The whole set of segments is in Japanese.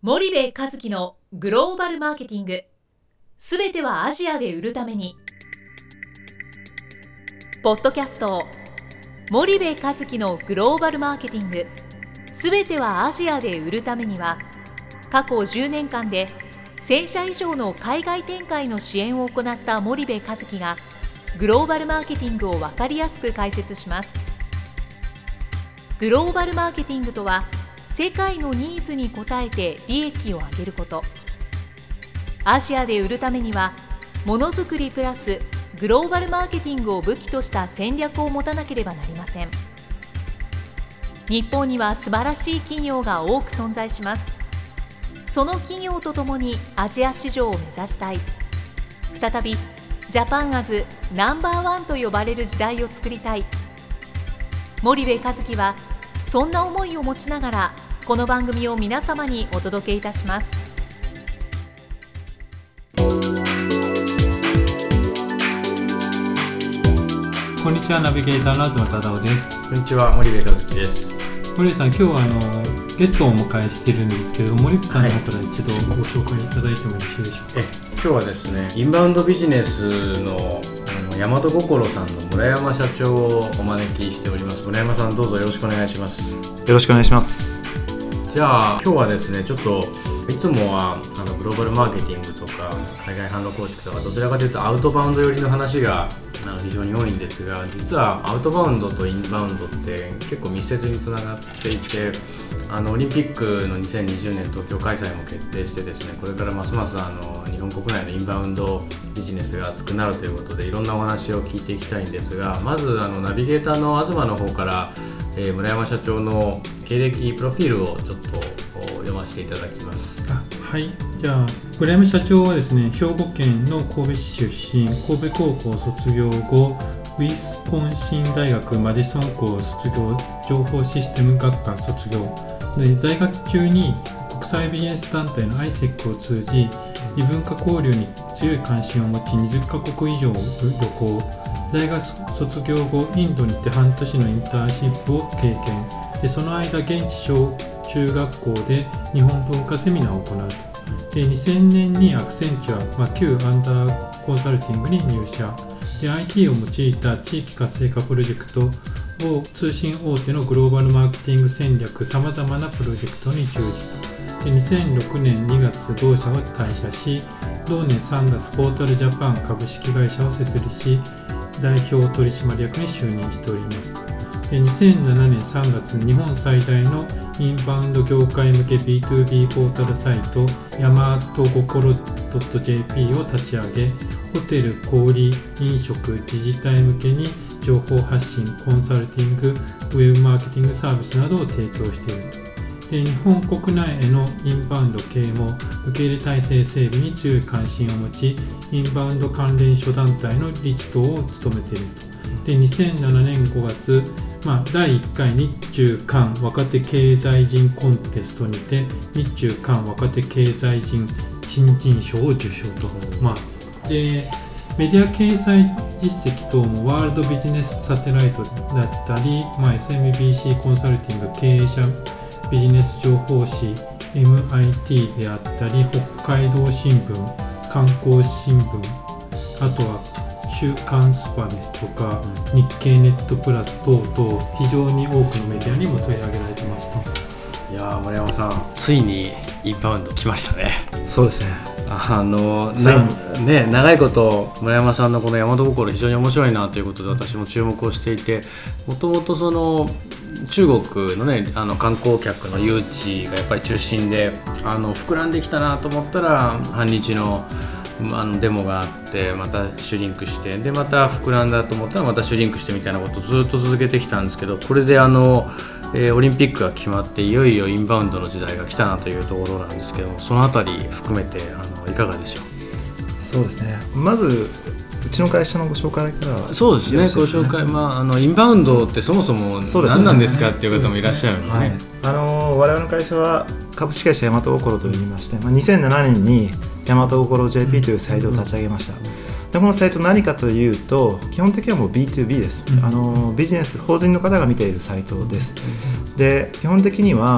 森部一樹のグローバルマーケティング、すべてはアジアで売るために。ポッドキャスト森部一樹のグローバルマーケティング、すべてはアジアで売るためには、過去10年間で1000社以上の海外展開の支援を行った森部一樹がグローバルマーケティングを分かりやすく解説します。グローバルマーケティングとは、世界のニーズに応えて利益を上げること。アジアで売るためには、ものづくりプラスグローバルマーケティングを武器とした戦略を持たなければなりません。日本には素晴らしい企業が多く存在します。その企業とともにアジア市場を目指したい。再びジャパンアズナンバーワンと呼ばれる時代を作りたい。森部一樹はそんな思いを持ちながら、この番組を皆様にお届けいたします。 こんにちは、ナビゲーターの東忠夫です。 こんにちは、森部一樹です。 森部さん、今日はゲストをお迎えしているんですけれども、森部さんの方から一度ご紹介いただいてもよろしいでしょうか。 今日はですね、インバウンドビジネスの大和心さんの村山社長をお招きしております。村山さん、どうぞよろしくお願いします。 よろしくお願いします。 じゃあ今日はですね、ちょっといつもはグローバルマーケティングとか海外販路構築とか、どちらかというとアウトバウンド寄りの話が非常に多いんですが、実はアウトバウンドとインバウンドって結構密接につながっていて、オリンピックの2020年東京開催も決定してですね、これからますます日本国内のインバウンドビジネスが熱くなるということで、いろんなお話を聞いていきたいんですが、まずナビゲーターの東の方から、村山社長の経歴プロフィールをちょっと読ませていただきます。 はい、じゃあ村山社長はですね、兵庫県の神戸市出身、神戸高校卒業後、ウィスコンシン大学マディソン校卒業、情報システム学科卒業で、在学中に国際ビジネス団体の ISEC を通じ、異文化交流に強い関心を持ち、20カ国以上を旅行。大学卒業後、インドにて半年のインターンシップを経験で、その間現地小中学校で日本文化セミナーを行うと。で、2000年にアクセンチュア、旧アンダーコンサルティングに入社で、 IT を用いた地域活性化プロジェクトを通信大手のグローバルマーケティング戦略、さまざまなプロジェクトに従事で、2006年2月同社を退社し、同年3月ポータルジャパン株式会社を設立し、代表取締役に就任しております。で、2007年3月に日本最大のインバウンド業界向け B2B ポータルサイトヤマトゴコロ .jp を立ち上げ、ホテル、小売、飲食、自治体向けに情報発信、コンサルティング、ウェブマーケティングサービスなどを提供していると。で、日本国内へのインバウンド経営も受け入れ体制整備に強い関心を持ち、インバウンド関連諸団体の理事長を務めていると。で、2007年5月、第1回日中韓若手経済人コンテストにて日中韓若手経済人新人賞を受賞と。で、メディア掲載実績等もワールドビジネスサテライトだったり、SMBC コンサルティング経営者ビジネス情報誌 MIT であったり、北海道新聞、観光新聞、あとは週刊スパですとか、日経ネットプラス等々、非常に多くのメディアにも取り上げられてますと。 いやー、村山さん、ついにインバウンド来ましたね。 そうですね。 長いこと村山さんのこの大和心、非常に面白いなということで私も注目をしていて、もともとその中国のね、観光客の誘致がやっぱり中心で、膨らんできたなと思ったら反日のデモがあって、またシュリンクして、でまた膨らんだと思ったらまたシュリンクしてみたいなことをずっと続けてきたんですけど、これでオリンピックが決まっていよいよインバウンドの時代が来たなというところなんですけども、そのあたり含めていかがでしょう。 そうですね。まずうちの会社のご紹介から。 そうですね、ご紹介、インバウンドってそもそも何なんですかっていう方もいらっしゃるのでね。 我々の会社は株式会社大和心といいまして、2007年に大和心 JP というサイトを立ち上げました。で、このサイト何かというと、基本的にはもう B2B です。ビジネス法人の方が見ているサイトです。で、基本的には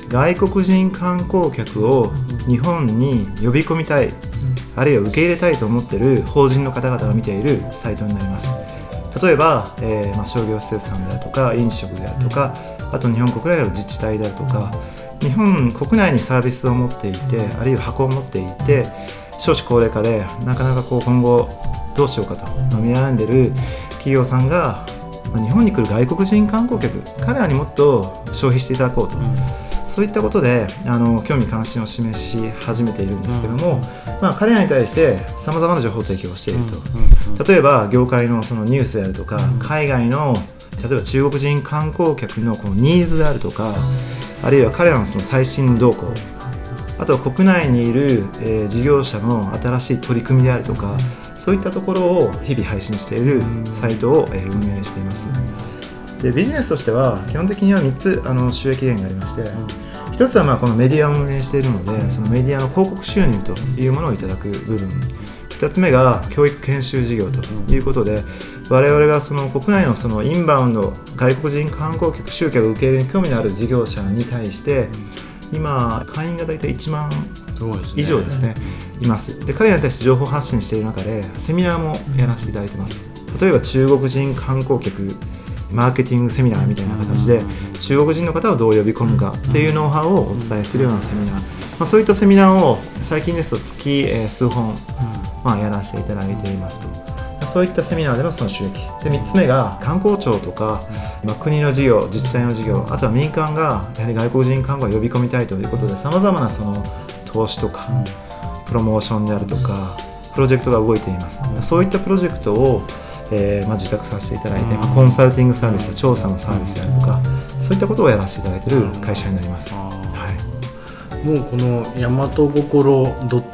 外国人観光客を日本に呼び込みたい、あるいは受け入れたいと思っている法人の方々が見ているサイトになります。例えば、商業施設さんであるとか飲食であるとか、あと日本国内の自治体であるとか、日本国内にサービスを持っていて、あるいは箱を持っていて、少子高齢化でなかなか今後どうしようかと悩んでいる企業さんが日本に来る外国人観光客、彼らにもっと消費していただこうと、そういったことで興味関心を示し始めているんですけども、彼らに対してさまざまな情報提供をしていると、例えば業界のそのニュースであるとか、海外の例えば中国人観光客のこのニーズであるとか、あるいは彼らのその最新動向、あとは国内にいる、事業者の新しい取り組みであるとか、そういったところを日々配信しているサイトを、運営しています。でビジネスとしては基本的には3つ収益源がありまして、1つはこのメディアを運営しているので、そのメディアの広告収入というものをいただく部分、2つ目が教育研修事業ということで、我々がその国内のそのインバウンド外国人観光客集客受け入れに興味のある事業者に対して、今会員が大体1万以上ですね、います。で彼らに対して情報発信している中でセミナーもやらせていただいてます。例えば中国人観光客マーケティングセミナーみたいな形で、中国人の方をどう呼び込むかっていうノウハウをお伝えするようなセミナー、そういったセミナーを最近ですと月数本、やらせていただいていますと。そういったセミナーでのその収益で、3つ目が観光庁とか、国の事業、自治体の事業、あとは民間がやはり外国人観光を呼び込みたいということで、さまざまなその投資とか、プロモーションであるとかプロジェクトが動いています。そういったプロジェクトを受託させていただいて、コンサルティングサービス、調査のサービスであるとか、そういったことをやらせていただいている会社になります。 もうこのヤマトゴコロ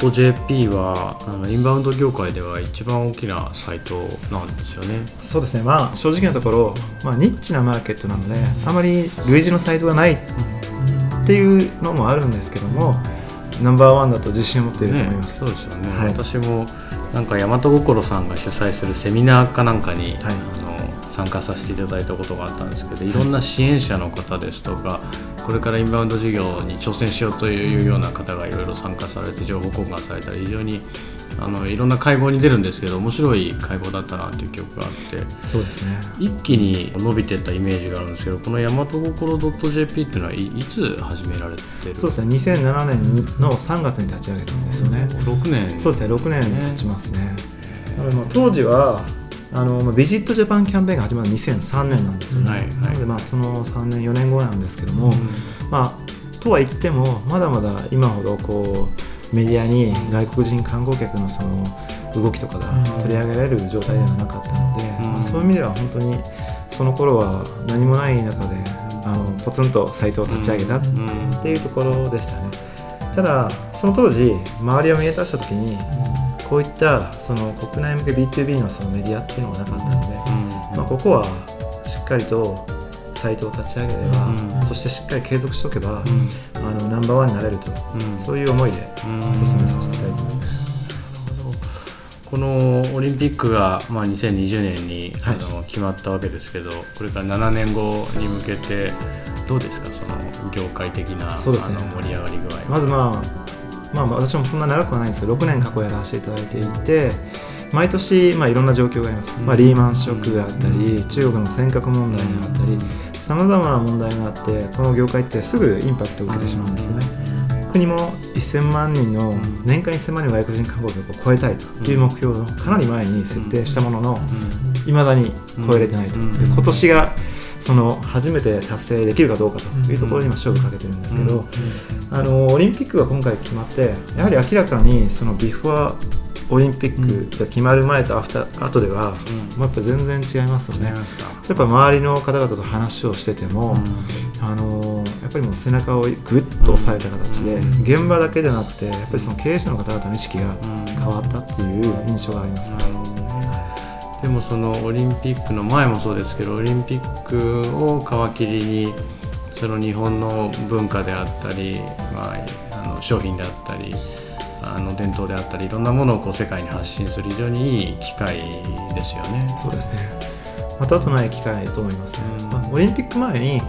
.jp はインバウンド業界では一番大きなサイトなんですよね。 そうですね、正直なところ、ニッチなマーケットなのであまり類似のサイトがないっていうのもあるんですけども、ナンバーワンだと自信を持っていると思います。 そうですよね、私もなんかヤマトゴコロさんが主催するセミナーかなんかに、参加させていただいたことがあったんですけど、いろんな支援者の方ですとか、これからインバウンド事業に挑戦しようというような方がいろいろ参加されて情報交換されたり、非常にいろんな会合に出るんですけど、面白い会合だったなという記憶があって、 そうですね、 一気に伸びていったイメージがあるんですけど、このヤマトゴコロ .jp っていうのはいつ始められてる？ そうですね、2007年の3月に立ち上げたんですよね。 6年、 そうですね、6年経ちますね。当時はビジットジャパンキャンペーンが始まる2003年なんですよね。なのでその3年4年後なんですけども、とは言ってもまだまだ今ほどメディアに外国人観光客のその動きとかが取り上げられる状態ではなかったので、そういう意味では本当にその頃は何もない中でポツンとサイトを立ち上げたっていうところでしたね。ただその当時周りを見渡した時に、こういったその国内向け B2B のそのメディアっていうのがなかったので、ここはしっかりとサイトを立ち上げれば、そしてしっかり継続しておけば、ナンバーワンになれると、そういう思いで進めさせていただいてます。 このオリンピックが、2020年に決まったわけですけど、これから7年後に向けてどうですか、その業界的な、盛り上がり具合。 まず私もそんな長くはないんですけど、6年過去やらせていただいていて、毎年いろんな状況があります。リーマンショックがあったり、中国の尖閣問題があったり、さまざまな問題があって、この業界ってすぐインパクトを受けてしまうんですよね。国も1000万人の年間1000万人の外国人観光客を超えたいという目標をかなり前に設定したものの、いまだに超えれてないと。で今年がその初めて達成できるかどうかというところに今勝負かけてるんですけど、オリンピックが今回決まって、やはり明らかにそのビフォーオリンピックが決まる前と後では、やっぱ全然違いますよね。やっぱ周りの方々と話をしてても、やっぱりもう背中をぐっと押さえた形で、現場だけでなくてやっぱりその経営者の方々の意識が変わったっていう印象があります。 でもそのオリンピックの前もそうですけど、オリンピックを皮切りにその日本の文化であったり、商品であったり伝統であったり、いろんなものを世界に発信する非常にいい機会ですよね。 そうですね、またとない機会と思いますね。オリンピック前に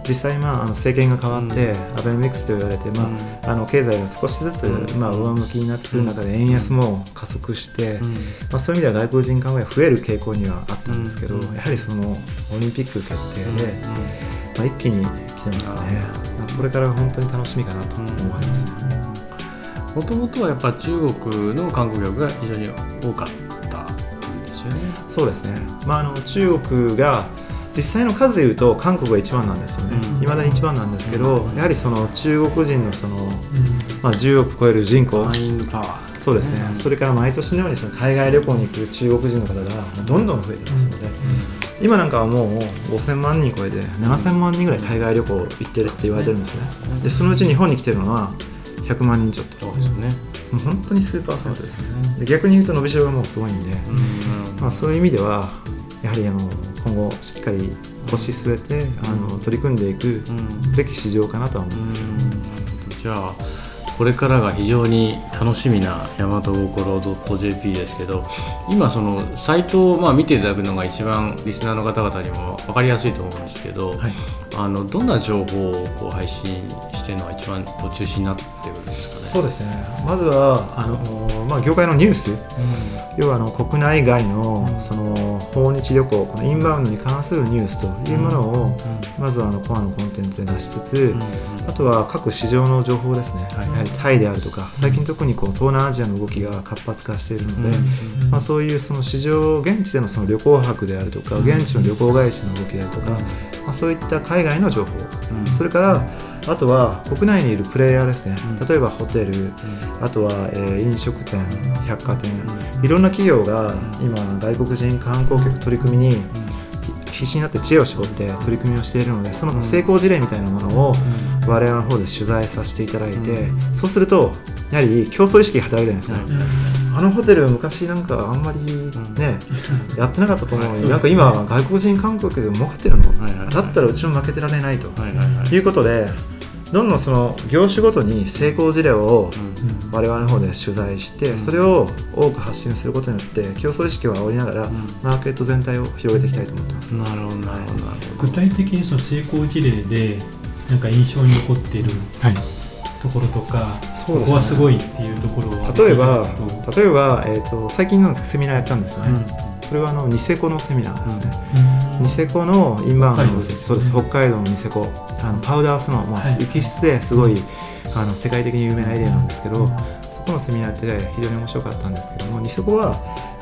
実際、政権が変わってアベノミクスと言われて、経済が少しずつ、上向きになってくる中で円安も加速して、そういう意味では外国人観光が増える傾向にはあったんですけど、やはりそのオリンピック決定で、一気に来てますね。これから本当に楽しみかなと思いますね。 もともとはやっぱ中国の観光客が非常に多かったんですよね。 そうですね、中国が実際の数でいうと韓国が一番なんですよね。未だに一番なんですけど、やはりその中国人のその、10億超える人口、 マインドパワー、 そうですね、それから毎年のようにその海外旅行に来る中国人の方がどんどん増えてますので、今なんかはもう5000万人超えて7000万人ぐらい海外旅行行ってるって言われてるんですね。でそのうち日本に来てるのは100万人ちょっと。 そうですね。 もう本当に数パーセントですね。で逆に言うと伸びしろがもうすごいんで、そういう意味ではやはり今後しっかり腰据えて取り組んでいくべき市場かなとは思います。 じゃあこれからが非常に楽しみな大和心 .jp ですけど、今そのサイトを見ていただくのが一番リスナーの方々にも分かりやすいと思うんですけど、どんな情報をこう配信しているのが一番中心になってくるんですかね。 そうですね、まずは業界のニュース、要は国内外のその訪日旅行、このインバウンドに関するニュースというものをまずはコアのコンテンツで出しつつ、あとは各市場の情報ですね、やはりタイであるとか、最近特に東南アジアの動きが活発化しているので、そういうその市場、現地でのその旅行博であるとか、現地の旅行会社の動きであるとか、そういった海外の情報、それからあとは国内にいるプレイヤーですね、例えばホテル、あとは飲食店、百貨店、いろんな企業が今外国人観光客取り組みに必死になって知恵を絞って取り組みをしているので、その成功事例みたいなものを我々の方で取材させていただいて、そうするとやはり競争意識が働くじゃないですか。あのホテル昔なんかあんまりね、やってなかったと思うのに、なんか今外国人観光客で儲かってるの、だったらうちも負けてられないということで、どんどんその業種ごとに成功事例を我々の方で取材して、それを多く発信することによって競争意識を煽りながらマーケット全体を広げていきたいと思ってます。 なるほどなるほど。 具体的にその成功事例でなんか印象に残っているところとか、ここはすごいっていうところは、 例えば、最近なんですけどセミナーやったんですよね。それはニセコのセミナーですね。ニセコのインバウンドの、そうです、北海道のニセコ、パウダースノー、雪質ですごい世界的に有名なエリアなんですけど、そこのセミナーって非常に面白かったんですけども、ニセコは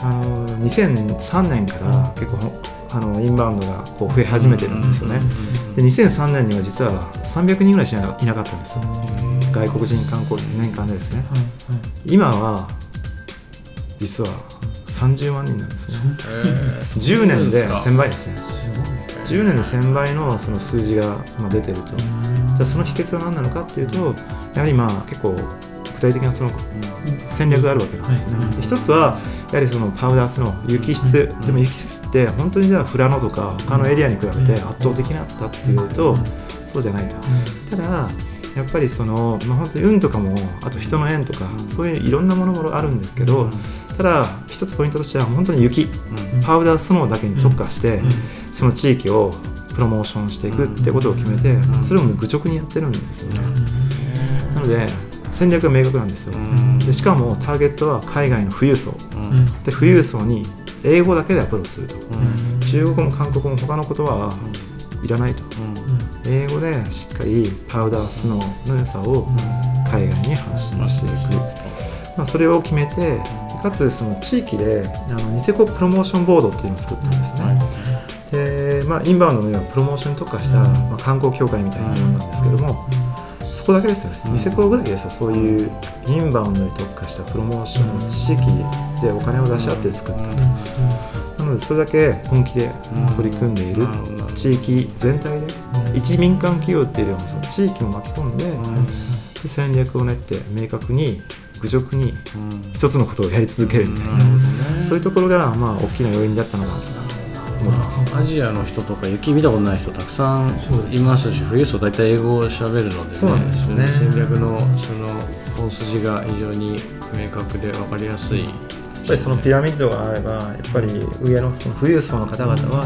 2003年から結構インバウンドがこう増え始めてるんですよね。で2003年には実は300人ぐらいしかいなかったんですよ、外国人観光客年間でですね。今は実は30万人なんですね。10年で1000倍ですね。10年で1000倍のその数字が出てると。じゃあその秘訣は何なのかっていうと、やはり結構具体的なその戦略があるわけなんですよね。一つはやはりそのパウダースの雪質、でも雪質って本当にじゃあ富良野とか他のエリアに比べて圧倒的だったっていうとそうじゃないと。ただやっぱりその、本当に運とかも、あと人の縁とか、そういういろんなものもあるんですけど、ただ一つポイントとしては本当に雪、パウダースノーだけに特化して、その地域をプロモーションしていくってことを決めて、それをもう愚直にやってるんですよね。なので戦略が明確なんですよ。でしかもターゲットは海外の富裕層、で富裕層に英語だけでアプローチすると、中国も韓国も他のことはいらないと、英語でしっかりパウダースノーの良さを海外に発信していく、それを決めて、かつその地域でニセコプロモーションボードっていうのを作ったんですね。でインバウンドのようなプロモーションに特化した、観光協会みたいなものなんですけども、そこだけですよね。ニセコぐらいですよ、そういうインバウンドに特化したプロモーションを地域でお金を出し合って作ったと。なのでそれだけ本気で取り組んでいる、地域全体で、一民間企業っていうよりもその地域を巻き込んで、戦略を練って明確に愚直に一つのことをやり続けるみたいな、そういうところが大きな要因だったのかなと思います。 アジアの人とか雪見たことない人たくさんいますし、富裕層大体英語をしゃべるのでね、 そうなんですよね。 戦略のその本筋が非常に明確で分かりやすい。 やっぱりそのピラミッドがあれば、やっぱり上のその富裕層の方々は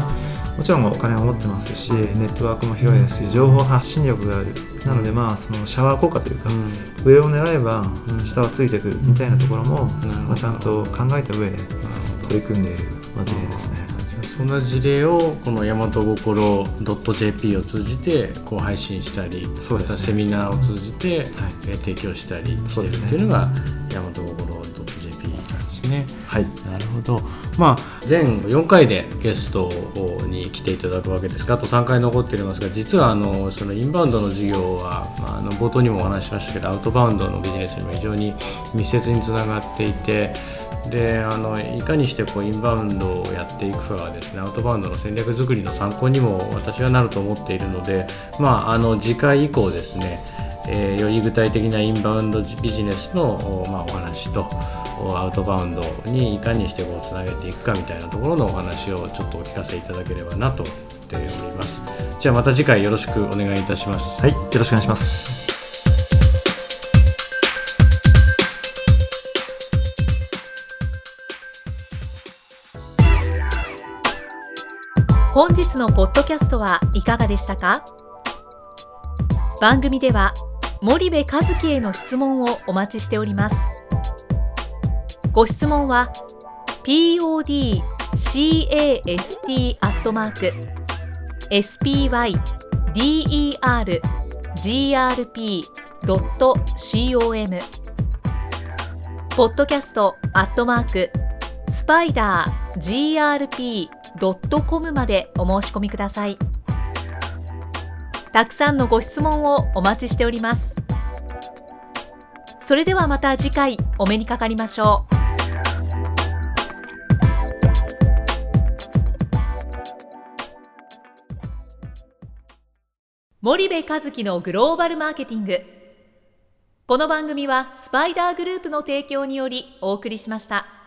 もちろんお金を持ってますし、ネットワークも広いですし、情報発信力がある。なのでそのシャワー効果というか、上を狙えば下はついてくるみたいなところも、ちゃんと考えた上で取り組んでいる事例ですね。 そんな事例をこの大和心 .jp を通じてこう配信したり、 そうですね、 セミナーを通じて、提供したりしてるっていうのが大和心 .jp なんですね。 はい、 なるほど。全4回でゲストに来ていただくわけですが、あと3回残っていますが、実はそのインバウンドの事業は、冒頭にもお話ししましたけど、アウトバウンドのビジネスにも非常に密接につながっていて、でいかにしてインバウンドをやっていくかがですね、アウトバウンドの戦略作りの参考にも私はなると思っているので、次回以降ですね、より具体的なインバウンドビジネスの、お話とアウトバウンドにいかにしてつなげていくかみたいなところのお話をちょっとお聞かせいただければなと思っております。じゃあまた次回よろしくお願いいたします。 はい、よろしくお願いします。 本日のポッドキャストはいかがでしたか？番組では森部一樹への質問をお待ちしております。ご質問は podcast@spydergrp.com podcast@spidergrp.com までお申し込みください。たくさんのご質問をお待ちしております。それではまた次回お目にかかりましょう。森部一樹のグローバルマーケティング。この番組はスパイダーグループの提供によりお送りしました。